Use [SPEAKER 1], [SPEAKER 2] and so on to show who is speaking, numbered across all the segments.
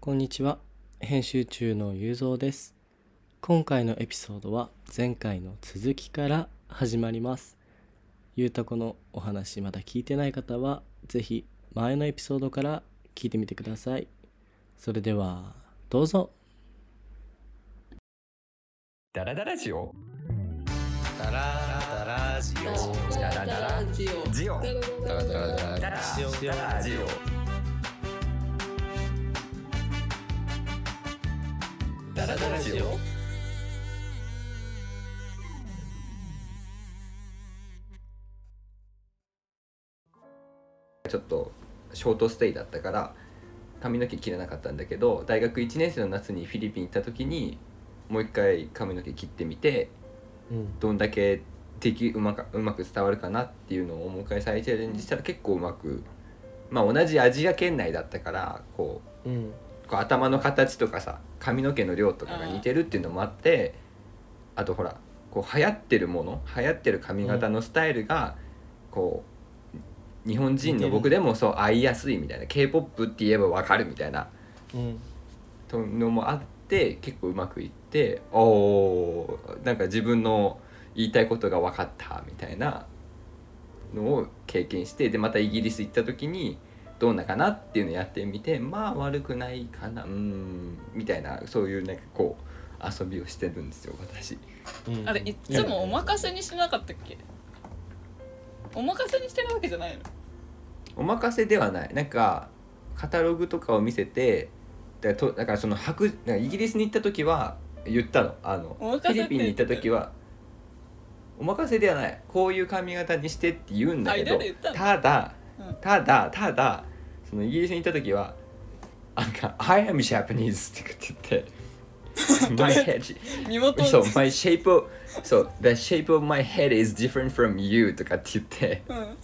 [SPEAKER 1] こんにちは。編集中のゆうぞうです。今回のエピソードは前回の続きから始まります。ゆうたこのお話まだ聞いてない方はぜひ前のエピソードから聞いてみてください。それではどうぞ。
[SPEAKER 2] ダラダラジオ
[SPEAKER 1] ダラダラジオ
[SPEAKER 2] ダラダラジオ
[SPEAKER 1] ダラダラ
[SPEAKER 2] ダラダラジオダラダラジオ。ちょっとショートステイだったから髪の毛切れなかったんだけど、大学1年生の夏にフィリピン行った時にもう一回髪の毛切ってみて、どんだけうまく伝わるかなっていうのをもう一回再チャレンジしたら結構うまく、同じアジア圏内だったからこう頭の形とかさ、髪の毛の量とかが似てるっていうのもあって、あとほらこう流行ってる髪型のスタイルがこう日本人の僕でもそう合いやすいみたいな、 K-POP って言えば分かるみたいなのもあって結構うまくいって、なんか自分の言いたいことが分かったみたいなのを経験して、でまたイギリス行った時にどうなかなっていうのをやってみて、悪くないかなみたいな、そういうなんかこう遊びをしてるんですよ私。
[SPEAKER 3] あれいつもお任せにしてなかったっけ？お任せにしてるわけじゃないの？
[SPEAKER 2] お任せではない。なんかカタログとかを見せて、だからそのなんかイギリスに行った時は言ったの、フィリピンに行った時はお任せではない、こういう髪型にしてって言うんだけど、ただそのイギリスに行った時はなんか I am Japanese って言ってMy head my shape of the shape of my head is different from you とかって言って、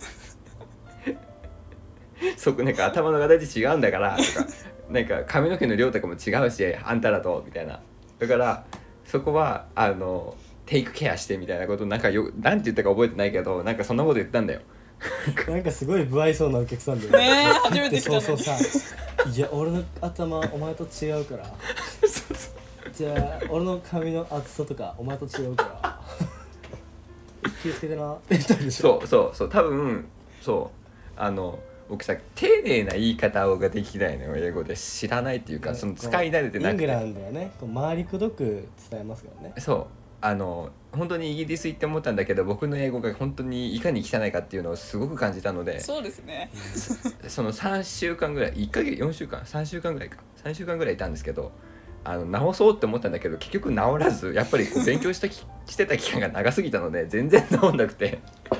[SPEAKER 2] そこなんか頭の形違うんだからとかなんか髪の毛の量とかも違うしあんたらとみたいな、だからそこはテイクケアしてみたいなことなんて言ったか覚えてないけど、なんかそんなこと言ったんだよ。
[SPEAKER 1] なんかすごい不愛想なお客さんだよね。
[SPEAKER 3] 初めて来たのに。
[SPEAKER 1] そうさ、いや俺の頭お前と違うからじゃあ俺の髪の厚さとかお前と違うから気をつけてなって言ったんでしょ。
[SPEAKER 2] そう多分僕さ丁寧な言い方ができないのよ、英語で知らないっていうか、その使い慣れてなくて。
[SPEAKER 1] イングランドはねこう回りくどく伝えますからね。
[SPEAKER 2] 本当にイギリス行って思ったんだけど、僕の英語が本当にいかに汚いかっていうのをすごく感じたので、
[SPEAKER 3] そうですね。
[SPEAKER 2] その3週間ぐらい1ヶ月4週間3週間ぐらいか3週間ぐらいいたんですけど、直そうって思ったんだけど結局直らず、やっぱりこう勉強してた期間が長すぎたので全然直んなくて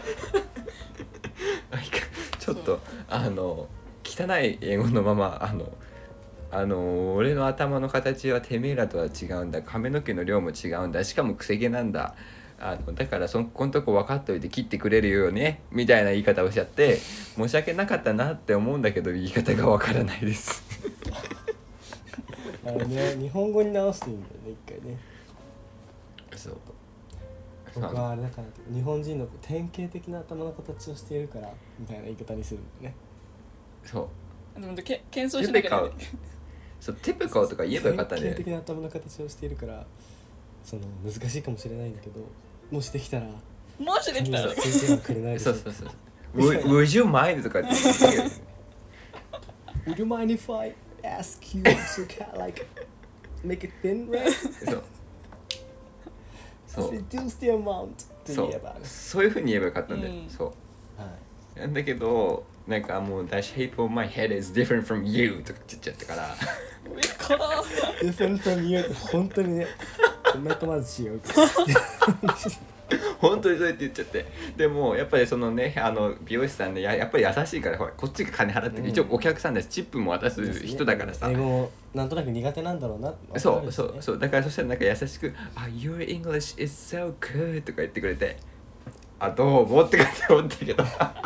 [SPEAKER 2] ちょっと汚い英語のまま俺の頭の形はてめえらとは違うんだ、髪の毛の量も違うんだ、しかもくせ毛なんだ、だからこのとこ分かっといて切ってくれるよねみたいな言い方をしちゃって申し訳なかったなって思うんだけど、言い方が分からないです
[SPEAKER 1] 日本語に直していいんだよね一回ね。
[SPEAKER 2] そう
[SPEAKER 1] 僕はあれだから日本人の典型的な頭の形をしているからみたいな言い方にするんだよね。
[SPEAKER 2] そう
[SPEAKER 3] でも謙遜しなきゃいけない。
[SPEAKER 2] テプカオとか言えばよかったね。
[SPEAKER 1] 典型的な頭の形をしているから難しいかもしれないんだけど、もしできたら先生はくれないでしょうか。
[SPEAKER 2] Would you mind とかって言って
[SPEAKER 1] Would you mind if I ask you to like make it thin, right?
[SPEAKER 2] そう
[SPEAKER 1] Reduce the amount って言えば
[SPEAKER 2] そういう風に言えばよかったんで、そう、
[SPEAKER 1] はい、
[SPEAKER 2] なんだけどなんかもう The shape of my head is different from you とか言っちゃったから
[SPEAKER 1] different from you って本当にねお前とまず違うから
[SPEAKER 2] 本当にそうやって言っちゃって、でもやっぱりそのね美容師さんねやっぱり優しいから、ほらこっちが金払ってる、一応お客さんだしチップも渡す人だからさ、
[SPEAKER 1] 英語もなんとなく苦手なんだろうなって、
[SPEAKER 2] そうだからそしたらなんか優しくYour English is so good とか言ってくれて、どうもって感じで思ったけど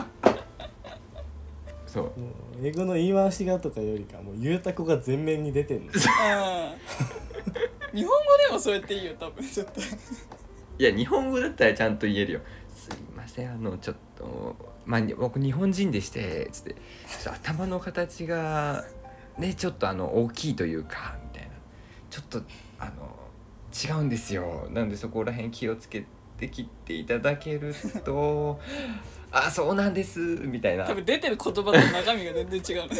[SPEAKER 2] そう
[SPEAKER 1] 英語の言い回しがとかよりかもうゆうたこが前面に出てんの
[SPEAKER 3] 日本語でもそうやっていいよ多分ちょっと
[SPEAKER 2] いや日本語だったらちゃんと言えるよ。すいませんちょっと僕日本人でしてつって頭の形がねちょっと大きいというかみたいな、ちょっと違うんですよ、なんでそこら辺気をつけて切っていただけるとあそうなんですみたいな、
[SPEAKER 3] 多分出てる言葉と中身が全然違う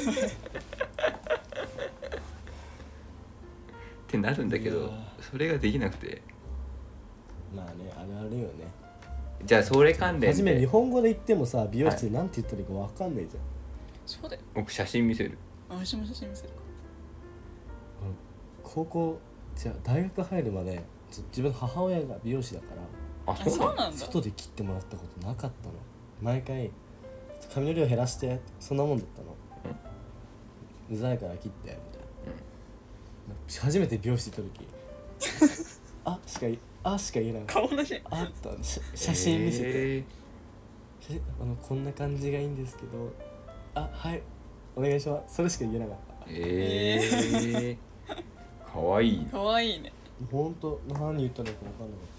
[SPEAKER 2] ってなるんだけど
[SPEAKER 1] いやー、
[SPEAKER 2] それができなくて、
[SPEAKER 1] まあね、あるあるよね。
[SPEAKER 2] じゃあそれ関連
[SPEAKER 1] 初め日
[SPEAKER 2] で
[SPEAKER 1] 本語で言ってもさ、美容室でなんて言ったらいいかわかんないじゃん、
[SPEAKER 3] そうだよ。
[SPEAKER 2] 僕写真見せる。
[SPEAKER 3] 私も写真見せるか。
[SPEAKER 1] 高校じゃあ大学入るまで自分の母親が美容師だから
[SPEAKER 2] あ
[SPEAKER 3] あ、そうなんだ。
[SPEAKER 1] 外で切ってもらったことなかったの。毎回髪の量減らしてそんなもんだったの、うざいから切ってみたいな、初めて美容室行った時あしか言えなかった。
[SPEAKER 3] 顔なし。
[SPEAKER 1] あった写真見せて、
[SPEAKER 2] え
[SPEAKER 1] こんな感じがいいんですけど、はいお願いします、それしか言えなかった。
[SPEAKER 2] ー、かわいい。
[SPEAKER 3] かわいいね。
[SPEAKER 1] ほんと何言ったらいいか分かんなかった、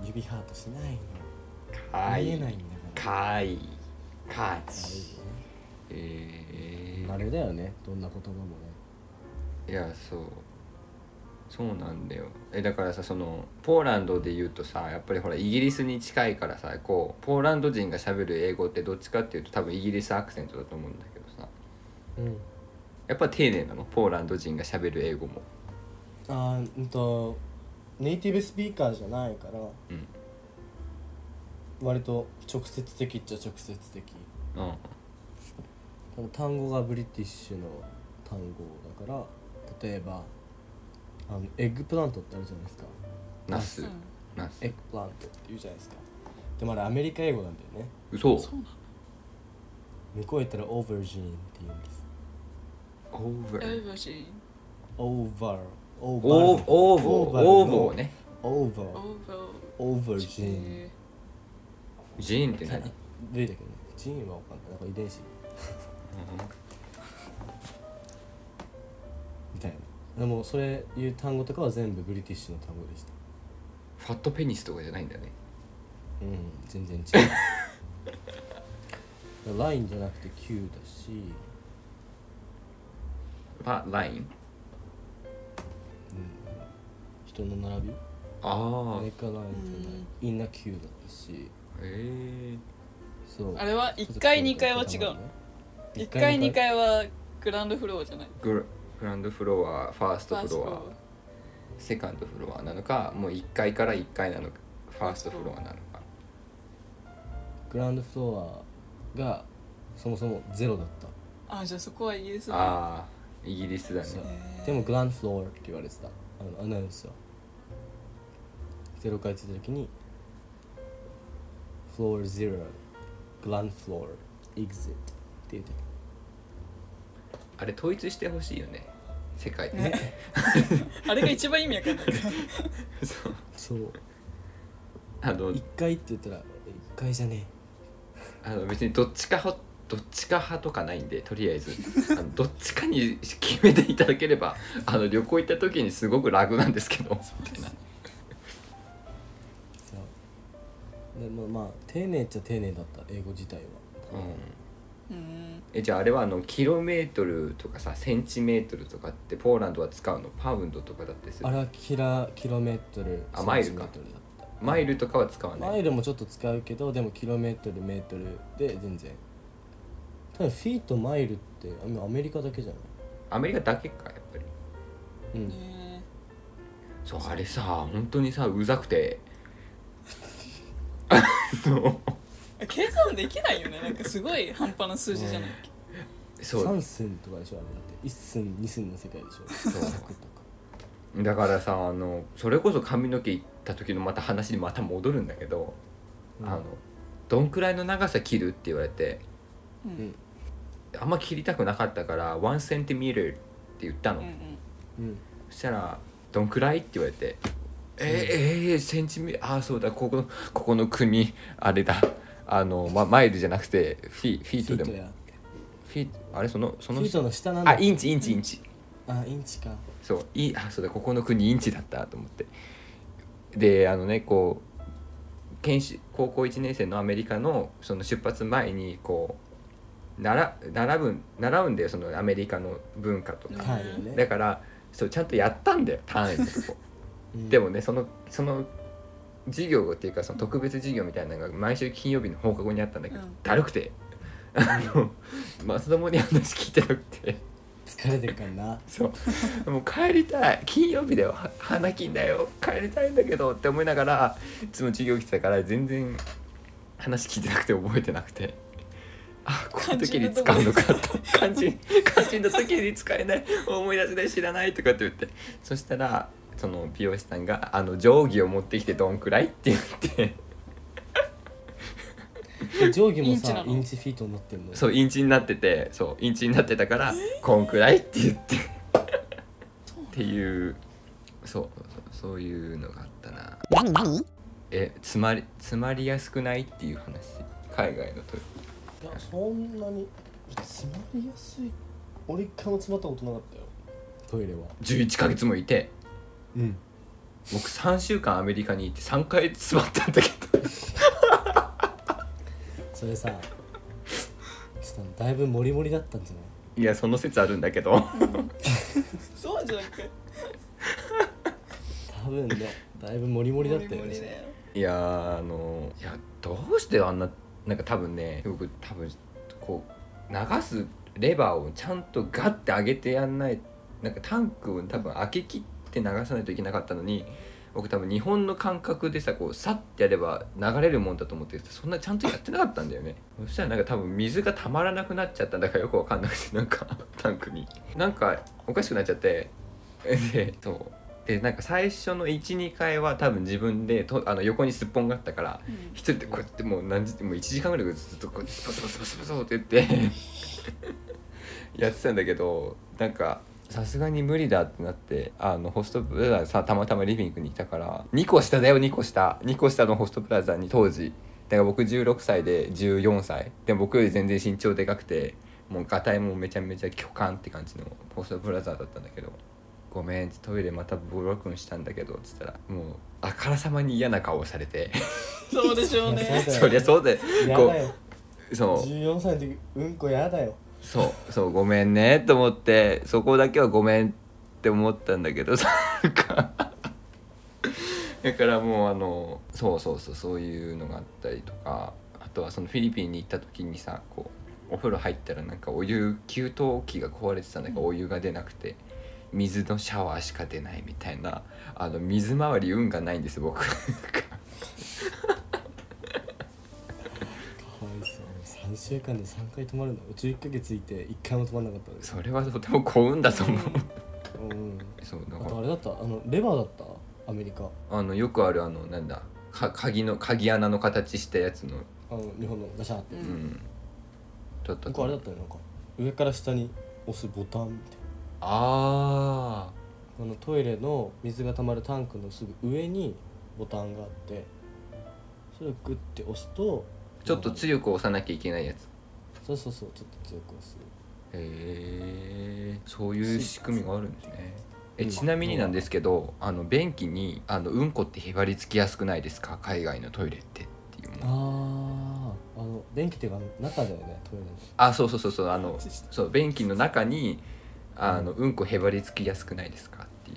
[SPEAKER 1] 指ハートしないの、
[SPEAKER 2] かわいい
[SPEAKER 1] 見えないんだから。
[SPEAKER 2] かわいいかわいい。
[SPEAKER 1] あれだよね、どんな言葉もね。
[SPEAKER 2] いやそうなんだよ。だからさ、そのポーランドで言うとさ、やっぱりほらイギリスに近いからさ、こうポーランド人が喋る英語ってどっちかっていうと多分イギリスアクセントだと思うんだけどさ、やっぱ丁寧なの、ポーランド人が喋る英語も。
[SPEAKER 1] ネイティブスピーカーじゃないから、
[SPEAKER 2] うん
[SPEAKER 1] 割と直接的っちゃ直接的。
[SPEAKER 2] うん
[SPEAKER 1] 単語がブリティッシュの単語だから、例えばエッグプラントってあるじゃないですか。
[SPEAKER 2] ナス
[SPEAKER 3] うん
[SPEAKER 2] ナス
[SPEAKER 1] エッグプラントって言うじゃないですか。でもあれアメリカ英語なんだよね。
[SPEAKER 2] 嘘。
[SPEAKER 3] そうなの。
[SPEAKER 1] 向こう行ったらオーバージーンって言うんです。
[SPEAKER 2] オーバー
[SPEAKER 3] よし。
[SPEAKER 1] オーバーオー
[SPEAKER 2] オーボーね。
[SPEAKER 1] オーバー
[SPEAKER 3] オーバ
[SPEAKER 1] オーバージーン。
[SPEAKER 3] ー。
[SPEAKER 2] ジーンって何？
[SPEAKER 1] 例だけどね、ジーンは分かんない、なんか遺伝子みたいな。でもそれいう単語とかは全部ブリティッシュの単語でした。
[SPEAKER 2] ファットペニスとかじゃないんだね。
[SPEAKER 1] 全然違うラインじゃなくて Q だし、
[SPEAKER 2] ライン。
[SPEAKER 1] 人の並び
[SPEAKER 2] あ
[SPEAKER 1] メカラインじゃない、インナ Q だったし、そう
[SPEAKER 3] あれは1階2階は違うの。1階2階はグランドフロアじゃない。
[SPEAKER 2] グランドフロア、ファーストフロア、セカンドフロアなのか、もう1階から1階なのか、ファーストフロアなのか。
[SPEAKER 1] グランドフロアがそもそもゼロだった。
[SPEAKER 3] あ、じゃあそこはイギリスだ。
[SPEAKER 2] ああ、イギリスだね。
[SPEAKER 1] そうでもグランドフロアって言われてた、アナウンスはゼロ回ついた時にフロアゼログランドフロアエグジットって言って
[SPEAKER 2] あれ統一してほしいよね、世界で。
[SPEAKER 3] ねあれが一番意味わかんないから
[SPEAKER 2] そう
[SPEAKER 1] た。そう1
[SPEAKER 2] あの
[SPEAKER 1] 回って言ったら1回じゃね
[SPEAKER 2] 別にどっちか派とかないんで、とりあえずどっちかに決めていただければ旅行行った時にすごく楽なんですけど。みたいな。
[SPEAKER 1] そうでもまあ丁寧っちゃ丁寧だった、英語自体は。
[SPEAKER 2] じゃああれはキロメートルとかさ、センチメートルとかってポーランドは使うの？パウンドとかだってする？
[SPEAKER 1] あれはキロメートル、
[SPEAKER 2] マイルか
[SPEAKER 1] センチメートルだった。
[SPEAKER 2] マイルとかは使わない？
[SPEAKER 1] マイルもちょっと使うけど、でもキロメートルメートルで全然。ただフィートマイルってアメリカだけじゃない？
[SPEAKER 2] アメリカだけか、やっぱり。そう、あれさ本当にさうざくてそう
[SPEAKER 3] 計算できないよね。なんかすごい半端な数字じゃないっけ。
[SPEAKER 2] そう
[SPEAKER 1] 3寸とかでしょ、あれだって1寸2寸の世界でしょ。
[SPEAKER 2] そう
[SPEAKER 1] 100とか
[SPEAKER 2] だからさそれこそ髪の毛行った時のまた話にまた戻るんだけど、どんくらいの長さ切るって言われて、あんま切りたくなかったから1センチメートルって言ったの、そしたらどんくらいって言われて、センチメートル、そうだ、ここの国あれだ、マイルじゃなくてフィートでもフィート、あれそのフ
[SPEAKER 1] ィートの下なんだ。
[SPEAKER 2] インチ
[SPEAKER 1] インチか。
[SPEAKER 2] そうそうだ、ここの国インチだったと思って。でこう高校1年生のアメリカのその出発前にこ習うんだよ、そのアメリカの文化とか、
[SPEAKER 1] はいよね。
[SPEAKER 2] だからそうちゃんとやったんだよ単位のとこでもねその授業っていうかその特別授業みたいなのが毎週金曜日の放課後にあったんだけど、だるくてまともに話聞いてなくて
[SPEAKER 1] 疲れてるからな。
[SPEAKER 2] そうもう帰りたい、金曜日だよ、花金だよ、帰りたいんだけどって思いながらいつも授業来てたから全然話聞いてなくて覚えてなくて、あこの時に使うのかと肝心の時に使えない、思い出せない、知らないとかって言って、そしたらその美容師さんが定規を持ってきてどんくらいって言って
[SPEAKER 1] 定規もさ
[SPEAKER 3] インチなの
[SPEAKER 1] インチフィートになってるの。
[SPEAKER 2] そうインチになってて、そうインチになってたからこんくらいって言ってっていうそういうのがあったな。
[SPEAKER 4] 何
[SPEAKER 2] 詰まりやすくないっていう話、海外のトイレ。
[SPEAKER 1] いやそんなに詰まりやすい。俺一回も詰まったことなかったよトイレは。
[SPEAKER 2] 11ヶ月もいて、
[SPEAKER 1] うん
[SPEAKER 2] 僕3週間アメリカにいて3回詰まったんだけど
[SPEAKER 1] それさちょっとだいぶモリモリだったんじゃない？
[SPEAKER 2] いやその説あるんだけど
[SPEAKER 3] そうじゃなくて
[SPEAKER 1] 多分ねだいぶモリモリだったよね。
[SPEAKER 2] いやどうしてあんななんか多分ね、僕多分こう流すレバーをちゃんとガッて上げてやんない、なんかタンクを多分開け切って流さないといけなかったのに、僕多分日本の感覚でさこうサッてやれば流れるもんだと思ってそんなちゃんとやってなかったんだよね。そしたらなんか多分水がたまらなくなっちゃったんだかよくわかんなくて、なんかタンクになんかおかしくなっちゃって、ででなんか最初の 1,2 回は多分自分で横にすっぽんがあったから一人でこうやってもう1時間ぐらいずっとこうスパスパスパスパスって言ってやってたんだけど、なんかさすがに無理だってなって、ホストブラザーさたまたまリビングにいたから2個下だよ、2個下のホストブラザーに当時だから僕16歳で14歳でも僕より全然身長でかくてもうガタイもめちゃめちゃ巨漢って感じのホストブラザーだったんだけど、ごめんトイレまたブロックンしたんだけどっつったらもうあからさまに嫌な顔をされて
[SPEAKER 3] そうでしょうね
[SPEAKER 2] そりゃそうだよ、
[SPEAKER 1] やだよ
[SPEAKER 2] そう
[SPEAKER 1] 14歳の時うんこやだよ。
[SPEAKER 2] そうごめんねと思って、そこだけはごめんって思ったんだけどなんかだからもうそういうのがあったりとか、あとはそのフィリピンに行った時にさこうお風呂入ったらなんか給湯器が壊れてたんだけどお湯が出なくて水のシャワーしか出ないみたいな、水回り運がないんです僕
[SPEAKER 1] かわいそう。3週間で3回泊まるの。うち1ヶ月いて1回も泊まんなかったです。
[SPEAKER 2] それはとても幸運だと思う
[SPEAKER 1] うん
[SPEAKER 2] そうだか
[SPEAKER 1] あとあれだったレバーだったアメリカ
[SPEAKER 2] らよくあるなんだ鍵穴の形したやつの
[SPEAKER 1] 日本のガシャーって
[SPEAKER 2] だった
[SPEAKER 1] 僕あれだったよなんか上から下に押すボタンみたい
[SPEAKER 2] あ
[SPEAKER 1] なトイレの水が溜まるタンクのすぐ上にボタンがあってそれをグッて押すと
[SPEAKER 2] ちょっと強く押さなきゃいけないやつ。
[SPEAKER 1] そうちょっと強く押す。
[SPEAKER 2] へえそういう仕組みがあるんですね。
[SPEAKER 1] うん
[SPEAKER 2] ちなみになんですけど便器にうんこってへばりつきやすくないですか、海外のトイレってっていうもの。
[SPEAKER 1] 便器っていうか中だよねトイレの。
[SPEAKER 2] あそうそう便器の中にうんこへばりつきやすくないですかっていう。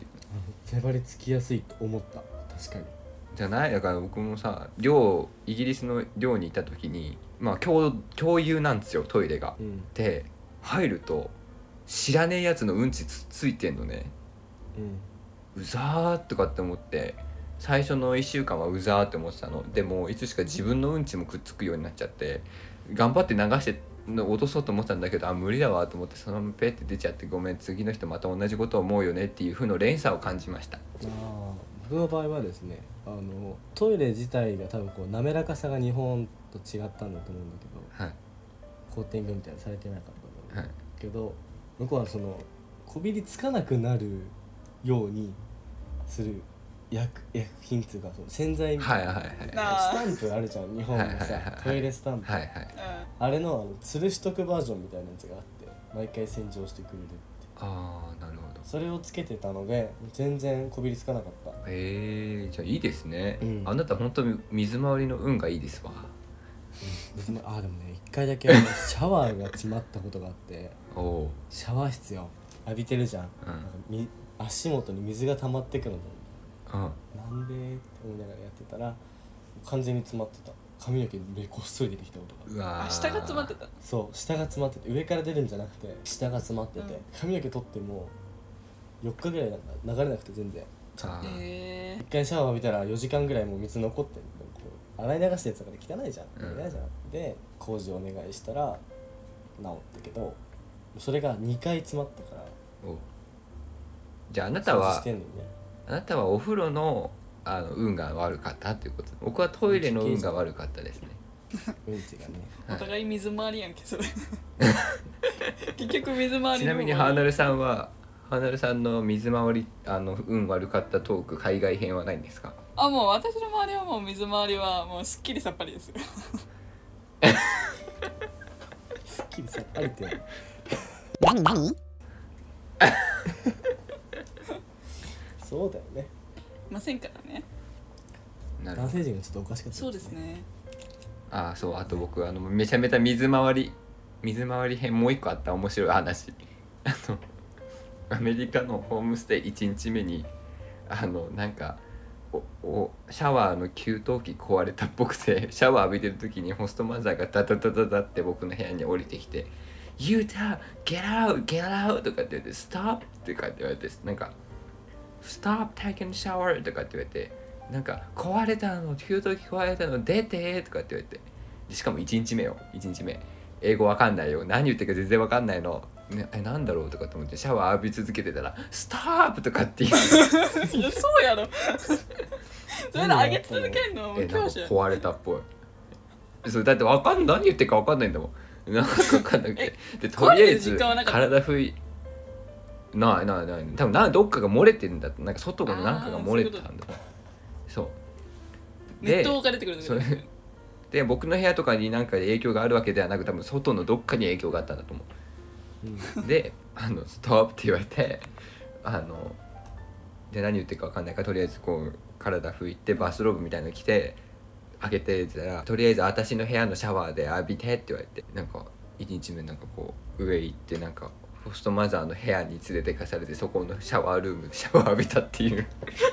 [SPEAKER 1] へばりつきやすいと思った確かに。
[SPEAKER 2] じゃないだから僕もさイギリスの寮にいた時にまあ共有なんですよトイレが、で入ると知らねえやつのうんちついてんのね、うざーとかって思って最初の1週間はうざーって思ってたの。でもいつしか自分のうんちもくっつくようになっちゃって頑張って流して落とそうと思ったんだけど無理だわと思ってそのままペッて出ちゃって、ごめん次の人また同じこと思うよねっていう風の連鎖を感じました。
[SPEAKER 1] 僕の場合はですねトイレ自体が多分こう滑らかさが日本と違ったんだと思うんだけど、
[SPEAKER 2] はい
[SPEAKER 1] コーティングみたいなのされてなかったんだ
[SPEAKER 2] はい
[SPEAKER 1] けど、向こうはこびりつかなくなるようにする薬品っていうか洗剤みたいな、スタンプあるじゃん日本のさ、トイレスタンプ、あれの吊るしとくバージョンみたいなやつがあって毎回洗浄してくれるって。
[SPEAKER 2] なるほど。
[SPEAKER 1] それをつけてたので全然こびりつかなかった。
[SPEAKER 2] じゃあいいですね、あなた本当に水回りの運がいいですわ
[SPEAKER 1] でもね一回だけシャワーが詰まったことがあって
[SPEAKER 2] おう、
[SPEAKER 1] シャワー室よ浴びてるじゃん、
[SPEAKER 2] うん
[SPEAKER 1] なんか足元に水が溜まってくの
[SPEAKER 2] うん、
[SPEAKER 1] なんでって思いながらやってたら完全に詰まってた。髪の毛でこっそり出てきたことが。
[SPEAKER 2] うわー、
[SPEAKER 3] 下が詰まってた。
[SPEAKER 1] そう下が詰まってて上から出るんじゃなくて下が詰まってて、
[SPEAKER 3] うん
[SPEAKER 1] 髪の毛取っても4日ぐらいなんか流れなくて全然
[SPEAKER 2] あー
[SPEAKER 3] へ
[SPEAKER 1] 一回シャワー浴びたら4時間ぐらいもう水残ってんの。こう洗い流したやつだから汚いじゃん、
[SPEAKER 2] うん
[SPEAKER 1] 嫌じゃん。で工事お願いしたら治ったけどそれが2回詰まったから
[SPEAKER 2] おう、じゃああなた
[SPEAKER 1] 掃除
[SPEAKER 2] は
[SPEAKER 1] してんのにね。
[SPEAKER 2] あなたはお風呂の運が悪かったっていうこと。僕はトイレの運が悪かったですね。
[SPEAKER 1] うんちがね
[SPEAKER 3] お互い水回りやんけそれ結局水回り
[SPEAKER 2] ちなみにハーナルさんはハーナルさんの水回り運悪かったトーク海外編はないんですか？
[SPEAKER 3] あ、もう私の周りはもう水回りはもうすっきりさっぱりですよ
[SPEAKER 1] すっきりさっぱりってそうだよね。
[SPEAKER 3] ませんからね。
[SPEAKER 1] 男
[SPEAKER 2] なるほど。
[SPEAKER 1] 性陣がちょっとおかしかった
[SPEAKER 3] そうですね。
[SPEAKER 2] ああ、そう、あと僕めちゃめちゃ水回り編もう一個あった面白い話。アメリカのホームステイ1日目になんかシャワーの給湯器壊れたっぽくて、シャワー浴びてる時にホストマザーがダダダダダって僕の部屋に降りてきて「You da get out get out」とかって言って「Stop」とかって言われて、なんか「Stop taking shower」とかって言われて、なんか壊れたの給湯器壊れたの出てとかって言われて、でしかも1日目よ、1日目英語わかんないよ、何言ってるか全然わかんないの、ね、なんだろうとかと思ってシャワー浴び続けてたら「ストップ!」とかって言う
[SPEAKER 3] いやそうやろそれで上げ続けんのはもう
[SPEAKER 2] なんか
[SPEAKER 3] 教師や
[SPEAKER 2] 壊れたっぽい。そうだって何言ってるかわかんないんだもん。なんかわかんなくてでとりあえず
[SPEAKER 3] 壊れてる実感はなかった
[SPEAKER 2] 体拭いない多分どっかが漏れてるんだって、なんか外のなんかが漏れてたんだ。そう
[SPEAKER 3] 熱湯が出てくるんだけど
[SPEAKER 2] それで僕の部屋とかに何か影響があるわけではなく、多分外のどっかに影響があったんだと思う。でストップって言われてで何言ってるか分かんないからとりあえずこう体拭いてバスローブみたいなの着て開けてたら、とりあえず私の部屋のシャワーで浴びてって言われて、なんか1日目なんかこう上行ってなんかホストマザーの部屋に連れてかされて、そこのシャワールームでシャワー浴びたっていう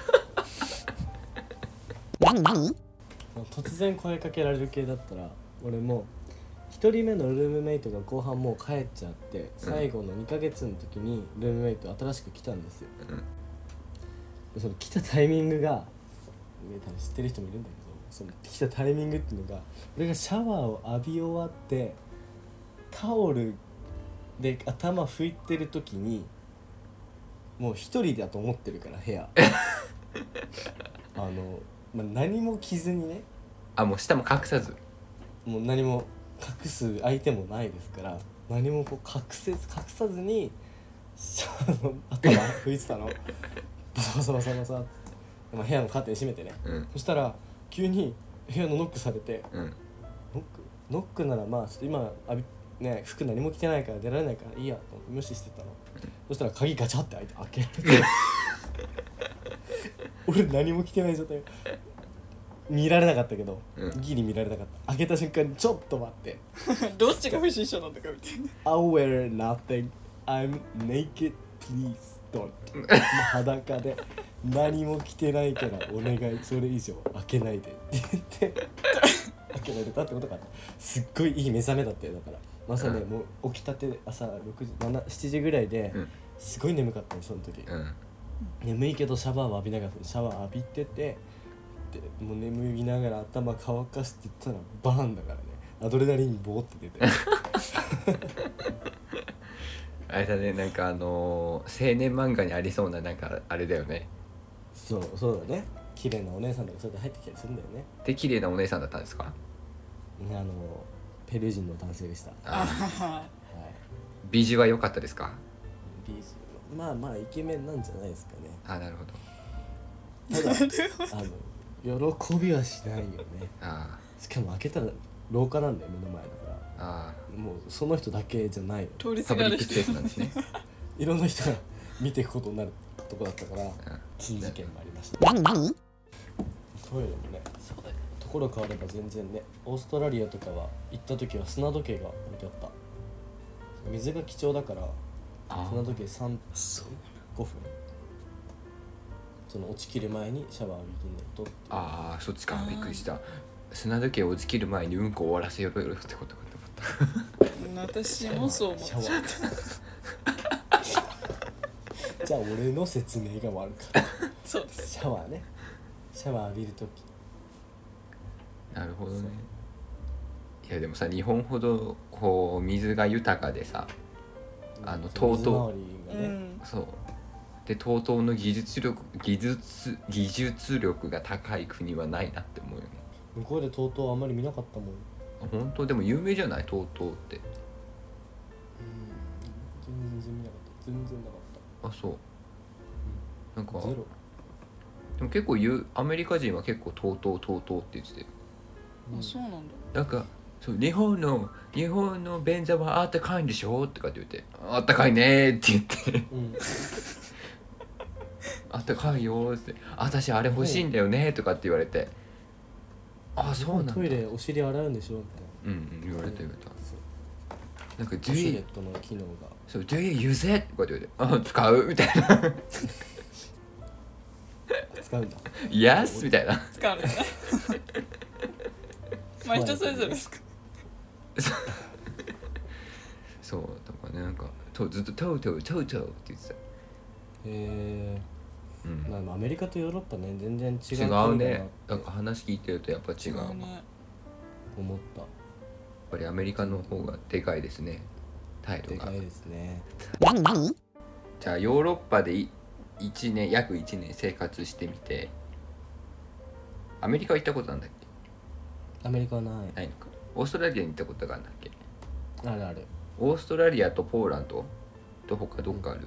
[SPEAKER 1] 突然声かけられる系だったら俺も1人目のルームメイトが後半もう帰っちゃって最後の2ヶ月の時にルームメイト新しく来たんですよ、でその来たタイミングが、ね、多分知ってる人もいるんだけど、その来たタイミングっていうのが俺がシャワーを浴び終わってタオルで頭拭いてる時にもう一人だと思ってるから部屋何も着ずにね、
[SPEAKER 2] もう下も隠さず
[SPEAKER 1] もう何も隠す相手もないですから何もこう隠さずにシャワーの頭拭いてたのバサバサバサバサって、部屋のカーテン閉めてね、そしたら急に部屋のノックされて、ノックならまあちょっと今服何も着てないから出られないからいいやと思って無視してたの、そしたら鍵ガチャって開けられて俺何も着てない状態見られなかったけど、ギリ見られなかった。開けた瞬間にちょっと待って
[SPEAKER 3] どっちが不審者なんだかみたいな
[SPEAKER 1] I'll wear nothing I'm naked please don't 裸で何も着てないからお願いそれ以上開けないでって言って開けられたってことかな。すっごいいい目覚めだったよ。だからまさにもう起きたて朝6時7時ぐらいですごい眠かったのその時、眠いけどシャワーを浴びながらシャワー浴びててでもう眠りながら頭乾かしてったらバーンだからね、アドレナリンボーって出て
[SPEAKER 2] あれだね、なんか青年漫画にありそうななんかあれだよね。
[SPEAKER 1] そうだね。綺麗なお姉さんとかそうやって入ってきたりするんだよね。
[SPEAKER 2] で綺麗なお姉さんだったんですか？
[SPEAKER 1] ペルー人の男性でした。はい。
[SPEAKER 2] 美女は良かったですか？
[SPEAKER 1] まあイケメンなんじゃないですかね。
[SPEAKER 2] なるほど。
[SPEAKER 1] ただ喜びはしないよね。しかも開けたら廊下なんだよ、目の前だから。もうその人だけじゃないよ。
[SPEAKER 3] 通り
[SPEAKER 2] パブリック
[SPEAKER 3] すがる人
[SPEAKER 2] スペースなんですね。
[SPEAKER 1] いろんな人が見ていくことになるとこだったから、珍事件もありました。トイレもね、
[SPEAKER 3] そうだよ。
[SPEAKER 1] ところ変われば全然ね。オーストラリアとかは行った時は砂時計が置いてあった。水が貴重だから砂時計3分5分その落ちきる前にシャワー浴びないとっていう。
[SPEAKER 2] ああそっちか。びっくりした。砂時計落ちきる前にうんこ終わらせようってことかと思った。
[SPEAKER 3] 私もそう思った
[SPEAKER 1] シャワーじゃあ俺の説明が悪かった
[SPEAKER 3] そうです。
[SPEAKER 1] シャワーね。シャワー浴びるとき。
[SPEAKER 2] なるほどね。いやでもさ、日本ほどこう水が豊かでさ、TOTO、
[SPEAKER 1] 水回りがね、
[SPEAKER 2] そうで TOTO の技術力が高い国はないなって思うよね。
[SPEAKER 1] 向こうで TOTO あんまり見なかったもん。
[SPEAKER 2] 本当でも有名じゃない TOTO って。
[SPEAKER 1] 全然見なかった。全然なかっ
[SPEAKER 2] あ、そう。なんか
[SPEAKER 1] た。ゼロ。
[SPEAKER 2] でも結構アメリカ人は結構 TOTO って言ってて、
[SPEAKER 3] あ、そうなんだ。
[SPEAKER 2] なんかそう日本の便座はあったかいんでしょとかって言って、あったかいねーって言ってあったかいよーって、私あれ欲しいんだよねとかって言われて、あ、そうなんだ。
[SPEAKER 1] トイレお尻洗うんでしょみたいな。
[SPEAKER 2] 言われた。
[SPEAKER 1] そう
[SPEAKER 2] なんか
[SPEAKER 1] ウォシュレットの機能が。
[SPEAKER 2] そう Do you use it? とかって言われて、あ、使うみたいな
[SPEAKER 1] 使うんだ。
[SPEAKER 2] Yes? みたいな
[SPEAKER 3] 使うんだねまあ人それぞれですか。
[SPEAKER 2] そうとかね、なんかずっとトートって言ってた。
[SPEAKER 1] まあでもアメリカとヨーロッパね全然違う
[SPEAKER 2] 違う
[SPEAKER 1] 国だなっ
[SPEAKER 2] ね。
[SPEAKER 1] て
[SPEAKER 2] なんか話聞いてるとやっぱ違う。やっ
[SPEAKER 3] ね。
[SPEAKER 1] 思った。
[SPEAKER 2] ぱりアメリカの方がでかいですね。態度が。
[SPEAKER 1] でかいですね。
[SPEAKER 2] じゃあヨーロッパで約1年生活してみて、アメリカは行ったことなんだっけ？
[SPEAKER 1] アメリカはない。
[SPEAKER 2] ないのか。オーストラリアに行ったことがあるんだっけ？
[SPEAKER 1] あるある。
[SPEAKER 2] オーストラリアとポーランドと他どっかある？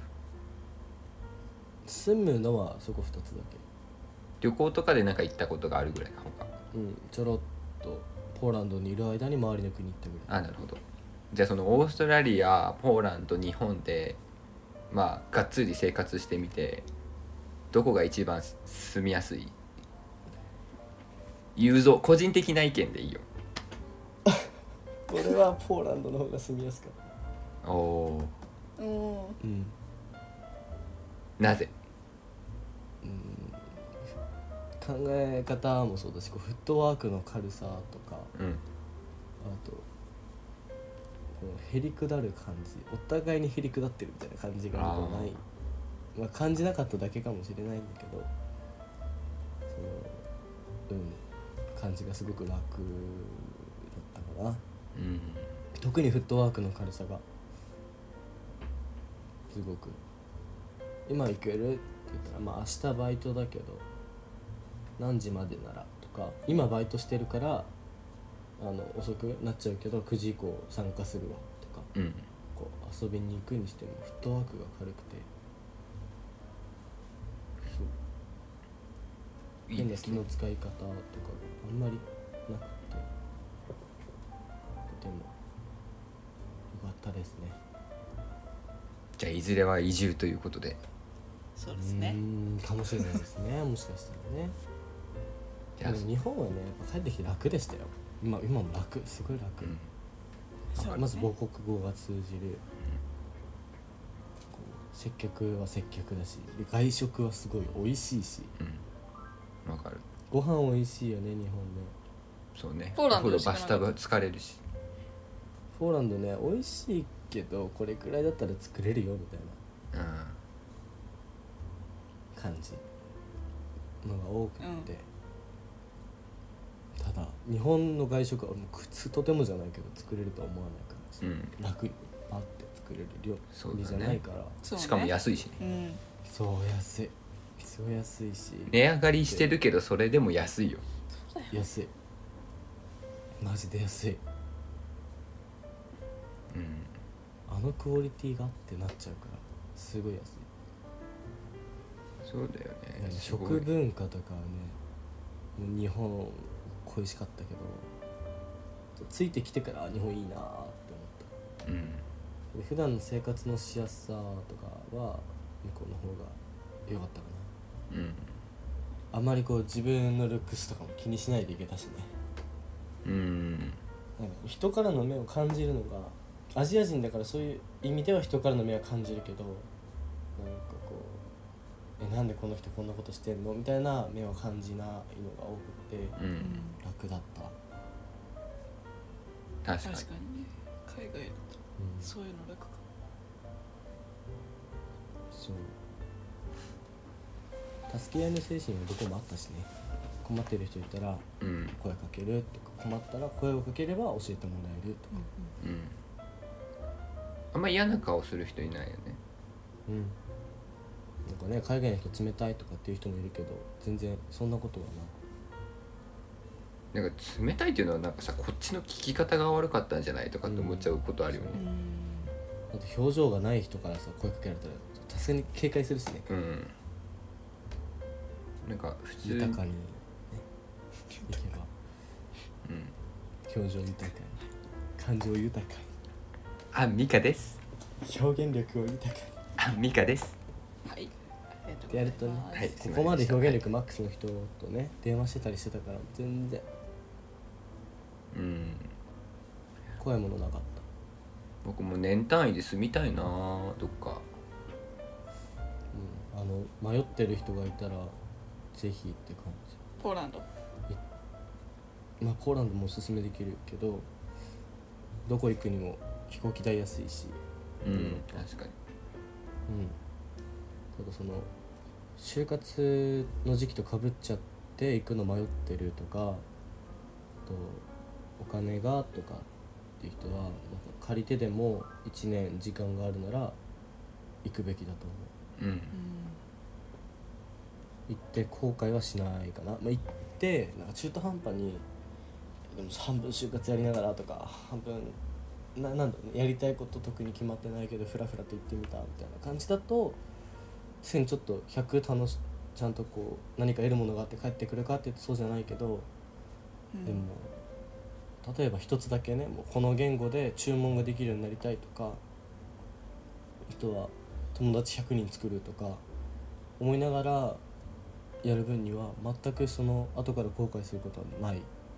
[SPEAKER 1] 住むのはそこ2つだけ。
[SPEAKER 2] 旅行とかでなんか行ったことがあるぐらいか他。
[SPEAKER 1] ちょろっとポーランドにいる間に周りの国行ったぐらい。
[SPEAKER 2] あ、なるほど。じゃあそのオーストラリア、ポーランド、日本でまあがっつり生活してみて、どこが一番住みやすい？個人的な意見でいいよ。
[SPEAKER 1] これはポーランドの方が住みやすかった。
[SPEAKER 2] おお。
[SPEAKER 3] うん
[SPEAKER 2] なぜ？
[SPEAKER 1] 考え方もそうだし、フットワークの軽さとか、あとこのへりくだる感じ、お互いにへりくだってるみたいな感じがない、まあ、感じなかっただけかもしれないんだけど、感じがすごく楽だったかな。特にフットワークの軽さがすごく、今行けるって言ったら、まあ明日バイトだけど何時までならとか、今バイトしてるから遅くなっちゃうけど9時以降参加するわとか、こう遊びに行くにしてもフットワークが軽くて、そう変な気の使い方とかがあんまりなくて、とても良かったですね。
[SPEAKER 2] じゃあいずれは移住ということで。
[SPEAKER 3] そうですね。
[SPEAKER 1] かもしれないですねもしかしたらね。でも日本はねやっぱ帰ってきて楽でしたよ。今も楽、すごい楽、まず母国語が通じる、こう接客は接客だし、で外食はすごい美味しいし、
[SPEAKER 2] わかる。
[SPEAKER 1] ご飯美味しいよね日本ね。
[SPEAKER 2] そうね。
[SPEAKER 3] ポーランド
[SPEAKER 2] お風呂バスタブ疲れるし。
[SPEAKER 1] ポーランドね美味しいけどこれくらいだったら作れるよみたいな感じのが多くて、ただ日本の外食はもうとてもじゃないけど作れるとは思わないから、楽にパッて作れる料理じゃないから、
[SPEAKER 2] しかも安いしね。
[SPEAKER 1] そう安い、すごい安いし、
[SPEAKER 2] 値上がりしてるけどそれでも安いよ。
[SPEAKER 1] 安い、マジで安い。あのクオリティがってなっちゃうからすごい安い。
[SPEAKER 2] そうだよね。
[SPEAKER 1] 食文化とかはね、もう日本恋しかったけど、ついてきてから日本いいなって思った。普段の生活のしやすさとかは向こうの方が良かったかな。 あまりこう自分のルックスとかも気にしないでいけたしね。なんか人からの目を感じるのがアジア人だから、そういう意味では人からの目は感じるけど、なんかこうなんでこの人こんなことしてんのみたいな目は感じないのが多くて、楽だった。
[SPEAKER 2] 確かに。
[SPEAKER 3] 確かにね、海外だとそういうの楽か。
[SPEAKER 1] そう助け合いの精神はどこもあったしね。困ってる人いたら声かけるとか、困ったら声をかければ教えてもらえるとか、
[SPEAKER 2] あんま嫌な顔する人いないよね。
[SPEAKER 1] なんかね、海外の人冷たいとかっていう人もいるけど、全然そんなことは
[SPEAKER 2] なんか冷たいっていうのはなんかさ、こっちの聞き方が悪かったんじゃないとかって思っちゃうことあるよね。
[SPEAKER 1] あと表情がない人からさ声かけられたらさすがに警戒するしね。
[SPEAKER 2] なんか普通
[SPEAKER 1] 豊かに、ね、いけば、表情豊かに、感情豊かに、
[SPEAKER 2] あ、ミカです。
[SPEAKER 1] 表現力を豊かに、
[SPEAKER 2] あ、ミカです。
[SPEAKER 3] はい、
[SPEAKER 1] ってやるとね、
[SPEAKER 2] はい、
[SPEAKER 1] ここまで表現力マックスの人とね電話してたりしてたから、全然怖いものなかった。
[SPEAKER 2] 僕も年単位で住みたいな、どっか。
[SPEAKER 1] 迷ってる人がいたらぜひって感じ。
[SPEAKER 3] ポーランド、
[SPEAKER 1] ポーランドもおすすめできるけど、どこ行くにも飛行機代安いし、
[SPEAKER 2] 確かに。
[SPEAKER 1] ただその就活の時期とかぶっちゃって行くの迷ってるとか、あとお金がとかっていう人は、なんか借りてでも1年時間があるなら行くべきだと思う。行って後悔はしないかな。行ってなんか中途半端にでも半分就活やりながらとか、半分なんだろうね、やりたいこと特に決まってないけどフラフラと行ってみたみたいな感じだと、ちょっと100ちゃんとこう何か得るものがあって帰ってくるかって言うとそうじゃないけど、でも例えば一つだけね、もうこの言語で注文ができるようになりたいとか、あとは友達100人作るとか思いながらやる分には全くその後から後悔することはない。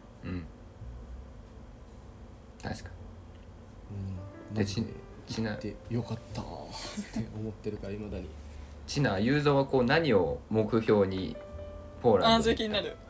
[SPEAKER 2] 確か
[SPEAKER 1] マジで
[SPEAKER 2] ちな
[SPEAKER 1] 行ってよかったって思ってるから未だに。
[SPEAKER 2] ちな、ゆうぞうはこう何を目標にポーランドに行った？
[SPEAKER 3] それ気になる。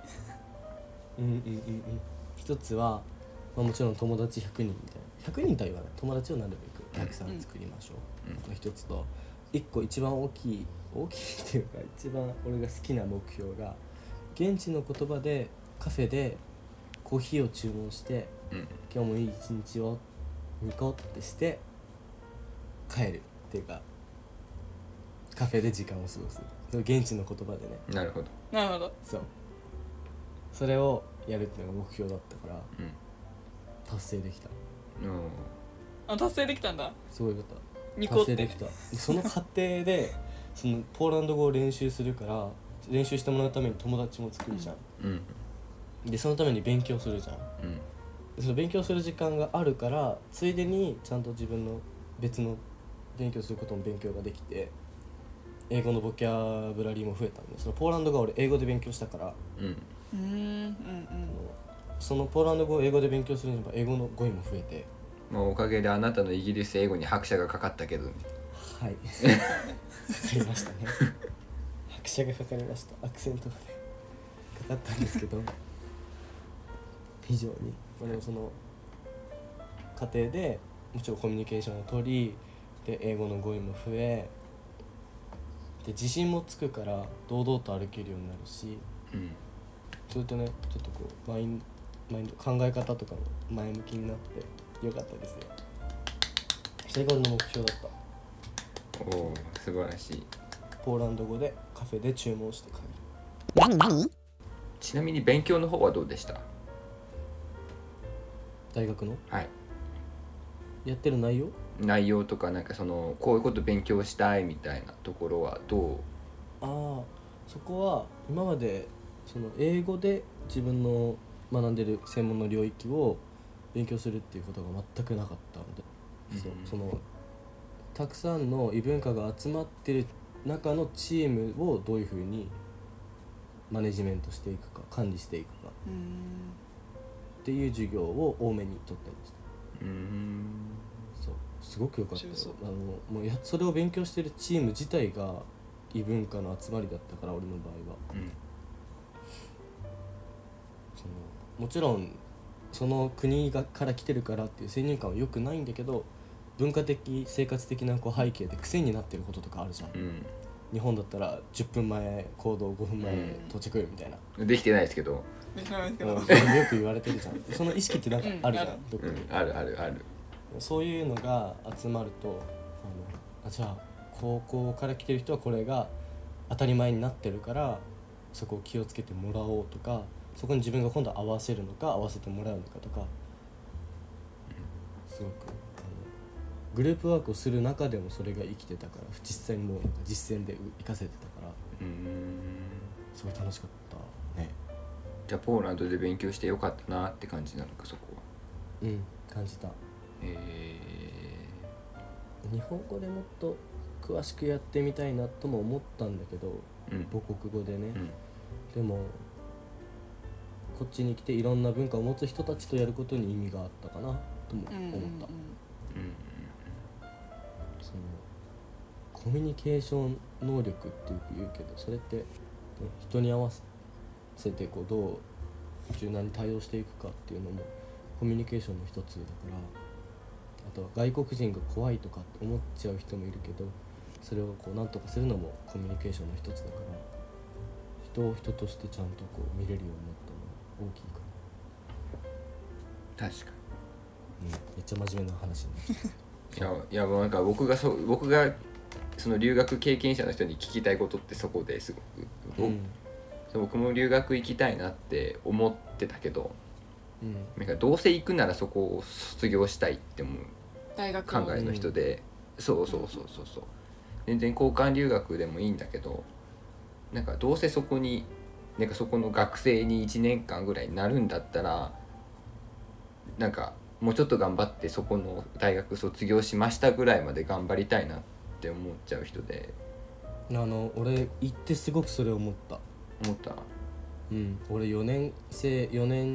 [SPEAKER 1] 一つは、もちろん友達100人みたいな、100人とは言わない、友達をなるべくたくさん作りましょう、一つと、一個一番大きいっていうか一番俺が好きな目標が、現地の言葉でカフェでコーヒーを注文して、今日もいい一日をニコってして帰るっていうか、カフェで時間を過ごす、現地の言葉でね。
[SPEAKER 2] なるほど。
[SPEAKER 1] そう、それをやるっていうのが目標だったから、達成できた。
[SPEAKER 3] 達成できたんだ。
[SPEAKER 1] すごいよかった。
[SPEAKER 3] 達
[SPEAKER 1] 成できた。その過程でそのポーランド語を練習するから、練習してもらうために友達も作るじゃん、でそのために勉強するじゃん、その勉強する時間があるから、ついでにちゃんと自分の別の勉強することも勉強ができて、英語のボキャブラリーも増えたんで、そのポーランド語は俺英語で勉強したから、そのポーランド語を英語で勉強するには英語の語彙も増えて、
[SPEAKER 2] おかげであなたのイギリス英語に拍車がかかったけどね。
[SPEAKER 1] はいかかりましたね拍車がかかりました。アクセントがねかかったんですけど非常にでもその過程でもちろんコミュニケーションを取り、で英語の語彙も増えで、自信もつくから堂々と歩けるようになるし、それとね、ちょっとこうマインド考え方とかも前向きになってよかったですよ。それが俺の目標だった。
[SPEAKER 2] おお、素晴らしい。
[SPEAKER 1] ポーランド語でカフェで注文して帰る。
[SPEAKER 2] ちなみに勉強の方はどうでした？
[SPEAKER 1] 大学の
[SPEAKER 2] はい
[SPEAKER 1] やってる内容
[SPEAKER 2] とか、なんかそのこういうこと勉強したいみたいなところはどう？
[SPEAKER 1] そこは今までその英語で自分の学んでる専門の領域を勉強するっていうことが全くなかったので、そのたくさんの異文化が集まってる中のチームをどういうふうにマネジメントしていくか管理していくかっていう授業を多めに取ってました。そうすごく良かったよ。もうそれを勉強してるチーム自体が異文化の集まりだったから、俺の場合は、もちろんその国から来てるからっていう先入観は良くないんだけど、文化的生活的な背景で癖になってることとかあるじゃん、日本だったら10分前行動5分前到着みたいな、
[SPEAKER 2] できてないですけど、
[SPEAKER 3] よ
[SPEAKER 1] く言われてるじゃんその意識ってなんかあるじゃん、どっかに、
[SPEAKER 2] あるあるある。
[SPEAKER 1] そういうのが集まるとじゃあ高校から来てる人はこれが当たり前になってるからそこを気をつけてもらおうとか、そこに自分が今度合わせるのか合わせてもらうのかとか、すごくグループワークをする中でもそれが生きてたから、実際にもうなんか実践で活かせてたから、すごい楽しかったね。
[SPEAKER 2] じゃあポーランドで勉強してよかったなって感じなのか、そこは。
[SPEAKER 1] 感じた。日本語でもっと詳しくやってみたいなとも思ったんだけど、母国語でね、でもこっちに来ていろんな文化を持つ人たちとやることに意味があったかなとも思った。そのコミュニケーション能力ってよく言うけど、それって、ね、人に合わせてこうどう柔軟に対応していくかっていうのもコミュニケーションの一つだから、あとは外国人が怖いとかって思っちゃう人もいるけど、それをこうなんとかするのもコミュニケーションの一つだから、人を人としてちゃんとこう見れるようになったのは大きいかな。
[SPEAKER 2] 確か
[SPEAKER 1] に、めっちゃ真面目な話になっちゃった
[SPEAKER 2] いやもうなんか僕がその留学経験者の人に聞きたいことってそこですごく、僕も留学行きたいなって思ってたけど、なんかどうせ行くならそこを卒業したいって思う
[SPEAKER 3] 大学
[SPEAKER 2] 考えの人で、そう全然交換留学でもいいんだけど、なんかどうせそこになんかそこの学生に1年間ぐらいになるんだったら、なんかもうちょっと頑張ってそこの大学卒業しましたぐらいまで頑張りたいなって思っちゃう人で。
[SPEAKER 1] 俺行ってすごくそれを思った。俺4年生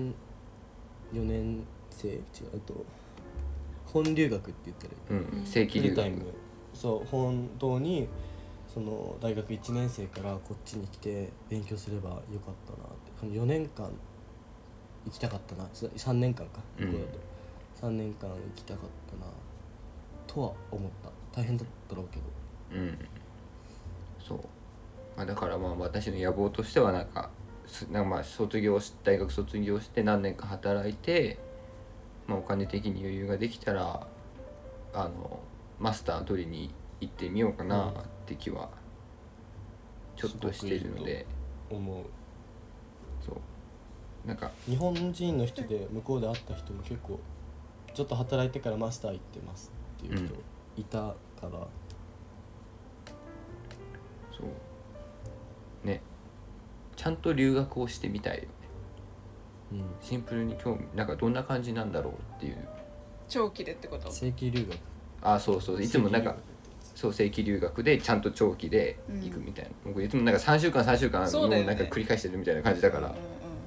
[SPEAKER 1] 本留学って言ったら
[SPEAKER 2] 正規留学、
[SPEAKER 1] そう本当にその大学1年生からこっちに来て勉強すればよかったなって、4年間行きたかったな、3年間か、ここだと3年間行きたかったなとは思った。大変だったろうけど、
[SPEAKER 2] そう、だから私の野望としてはなんか大学卒業して何年か働いて、お金的に余裕ができたらマスター取りに行ってみようかなって気はちょっとしてるので、
[SPEAKER 1] 思う。
[SPEAKER 2] そうなんか
[SPEAKER 1] 日本人の人で向こうで会った人も結構ちょっと働いてからマスター行ってますっていう人いたから、
[SPEAKER 2] そうね、ちゃんと留学をしてみたいよね。シンプルに興味、なんかどんな感じなんだろうっていう。
[SPEAKER 3] 長期でってこと？
[SPEAKER 1] 正規留学。
[SPEAKER 2] そういつもなんか正規留学でちゃんと長期で行くみたいな、僕いつもなんか3週間もうなんか繰り返してるみたいな感じだから、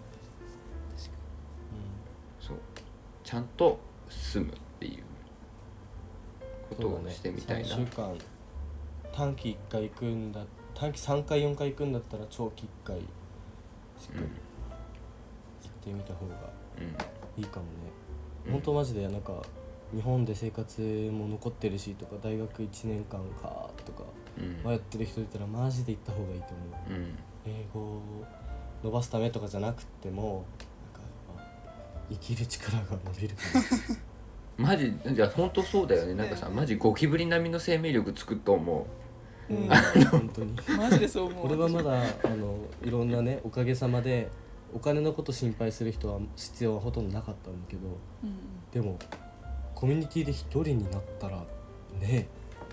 [SPEAKER 2] そうちゃんと住むっていうことをしてみたいな。
[SPEAKER 1] 3週間短期1回行くんだ、短期3回4回行くんだったら長期1回しっかり行ってみた方がいいかもね。本当マジでなんか日本で生活も残ってるしとか、大学1年間かとか迷ってる人いたらマジで行った方がいいと思う。英語を伸ばすためとかじゃなくても、なんか生きる力が伸びるから
[SPEAKER 2] マジじゃあ本当そうだよね。なんかさ、マジゴキブリ並みの生命力つくと思う。
[SPEAKER 1] 本当に
[SPEAKER 3] マジでそう思う。
[SPEAKER 1] 俺はまだいろんなね、おかげさまでお金のこと心配する人は必要はほとんどなかったんだけど、でもコミュニティで一人になったらね、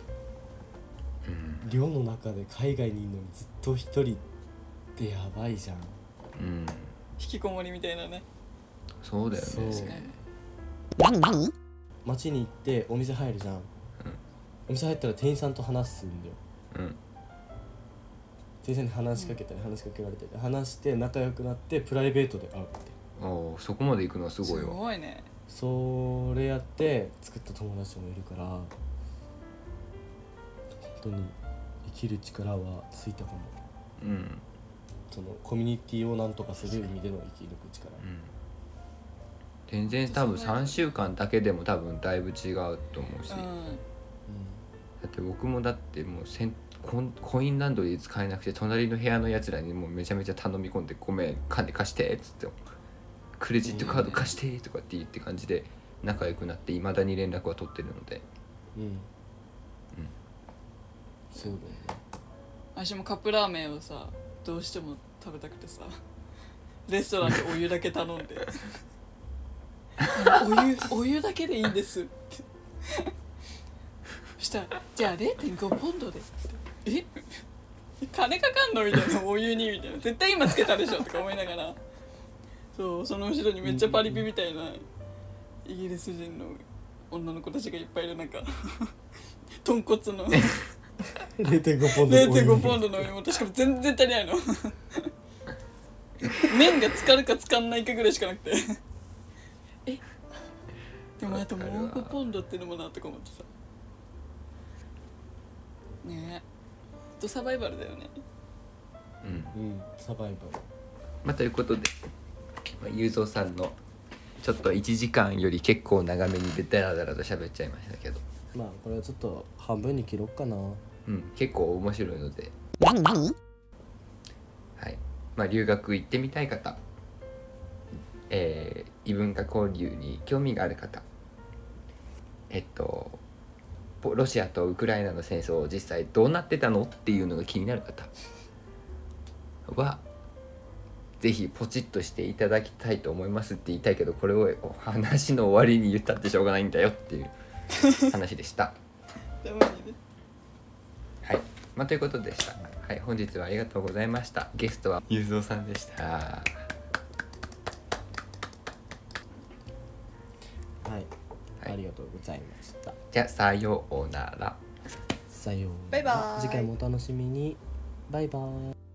[SPEAKER 1] 寮の中で海外にいるのにずっと一人ってやばいじゃん。
[SPEAKER 3] 引きこもりみたいなね。
[SPEAKER 2] そうだよね。
[SPEAKER 1] 何街に行ってお店入るじゃん、お店入ったら店員さんと話すんだよ、 先生に話しかけたり話しかけられたり話して仲良くなってプライベートで会うって。
[SPEAKER 2] おそこまで行くのはすごい
[SPEAKER 3] す
[SPEAKER 2] わ。
[SPEAKER 3] ごいね。
[SPEAKER 1] それやって作った友達もいるから本当に生きる力はついたかも。そのコミュニティをなんとかする意味での生き抜く力、
[SPEAKER 2] 全然多分3週間だけでも多分だいぶ違うと思うし、だって僕もだってもうコインランドリー使えなくて隣の部屋のやつらにもうめちゃめちゃ頼み込んでごめん金貸してっつってクレジットカード貸してとかって言って感じで仲良くなっていまだに連絡は取ってるので、
[SPEAKER 1] そうだよね。
[SPEAKER 3] 私もカップラーメンをさどうしても食べたくてさレストランでお湯だけ頼んでお湯だけでいいんですってそしたらじゃあ 0.5 ポンドでって金かかんのみたいなお湯にみたいな絶対今つけたでしょとか思いながらその後ろにめっちゃパリピみたいなイギリス人の女の子たちがいっぱいいる中豚骨の
[SPEAKER 1] 0.5 ポンド
[SPEAKER 3] 0.5 ポンドのお湯も確か全然足りないの麺が浸かるか浸かんないかぐらいしかなくてでもあともう5ポンドってのもなとか思ってさねえサバイバルだよね。
[SPEAKER 1] サバイバル。
[SPEAKER 2] ということでゆうぞうさんのちょっと1時間より結構長めにダラダラと喋っちゃいましたけど、
[SPEAKER 1] まあこれはちょっと半分に切ろっかな。
[SPEAKER 2] 結構面白いので
[SPEAKER 4] 何
[SPEAKER 2] はい、留学行ってみたい方、異文化交流に興味がある方、ロシアとウクライナの戦争実際どうなってたのっていうのが気になる方はぜひポチッとしていただきたいと思いますって言いたいけどこれを話の終わりに言ったってしょうがないんだよっていう話でしたはい、ということでした。はい、本日はありがとうございました。ゲストはゆうぞうさんでした。
[SPEAKER 1] はい、ありがとうございました。
[SPEAKER 2] じゃあさようなら。
[SPEAKER 1] さようなら。
[SPEAKER 3] バイバーイ。
[SPEAKER 1] 次回もお楽しみに。バイバーイ。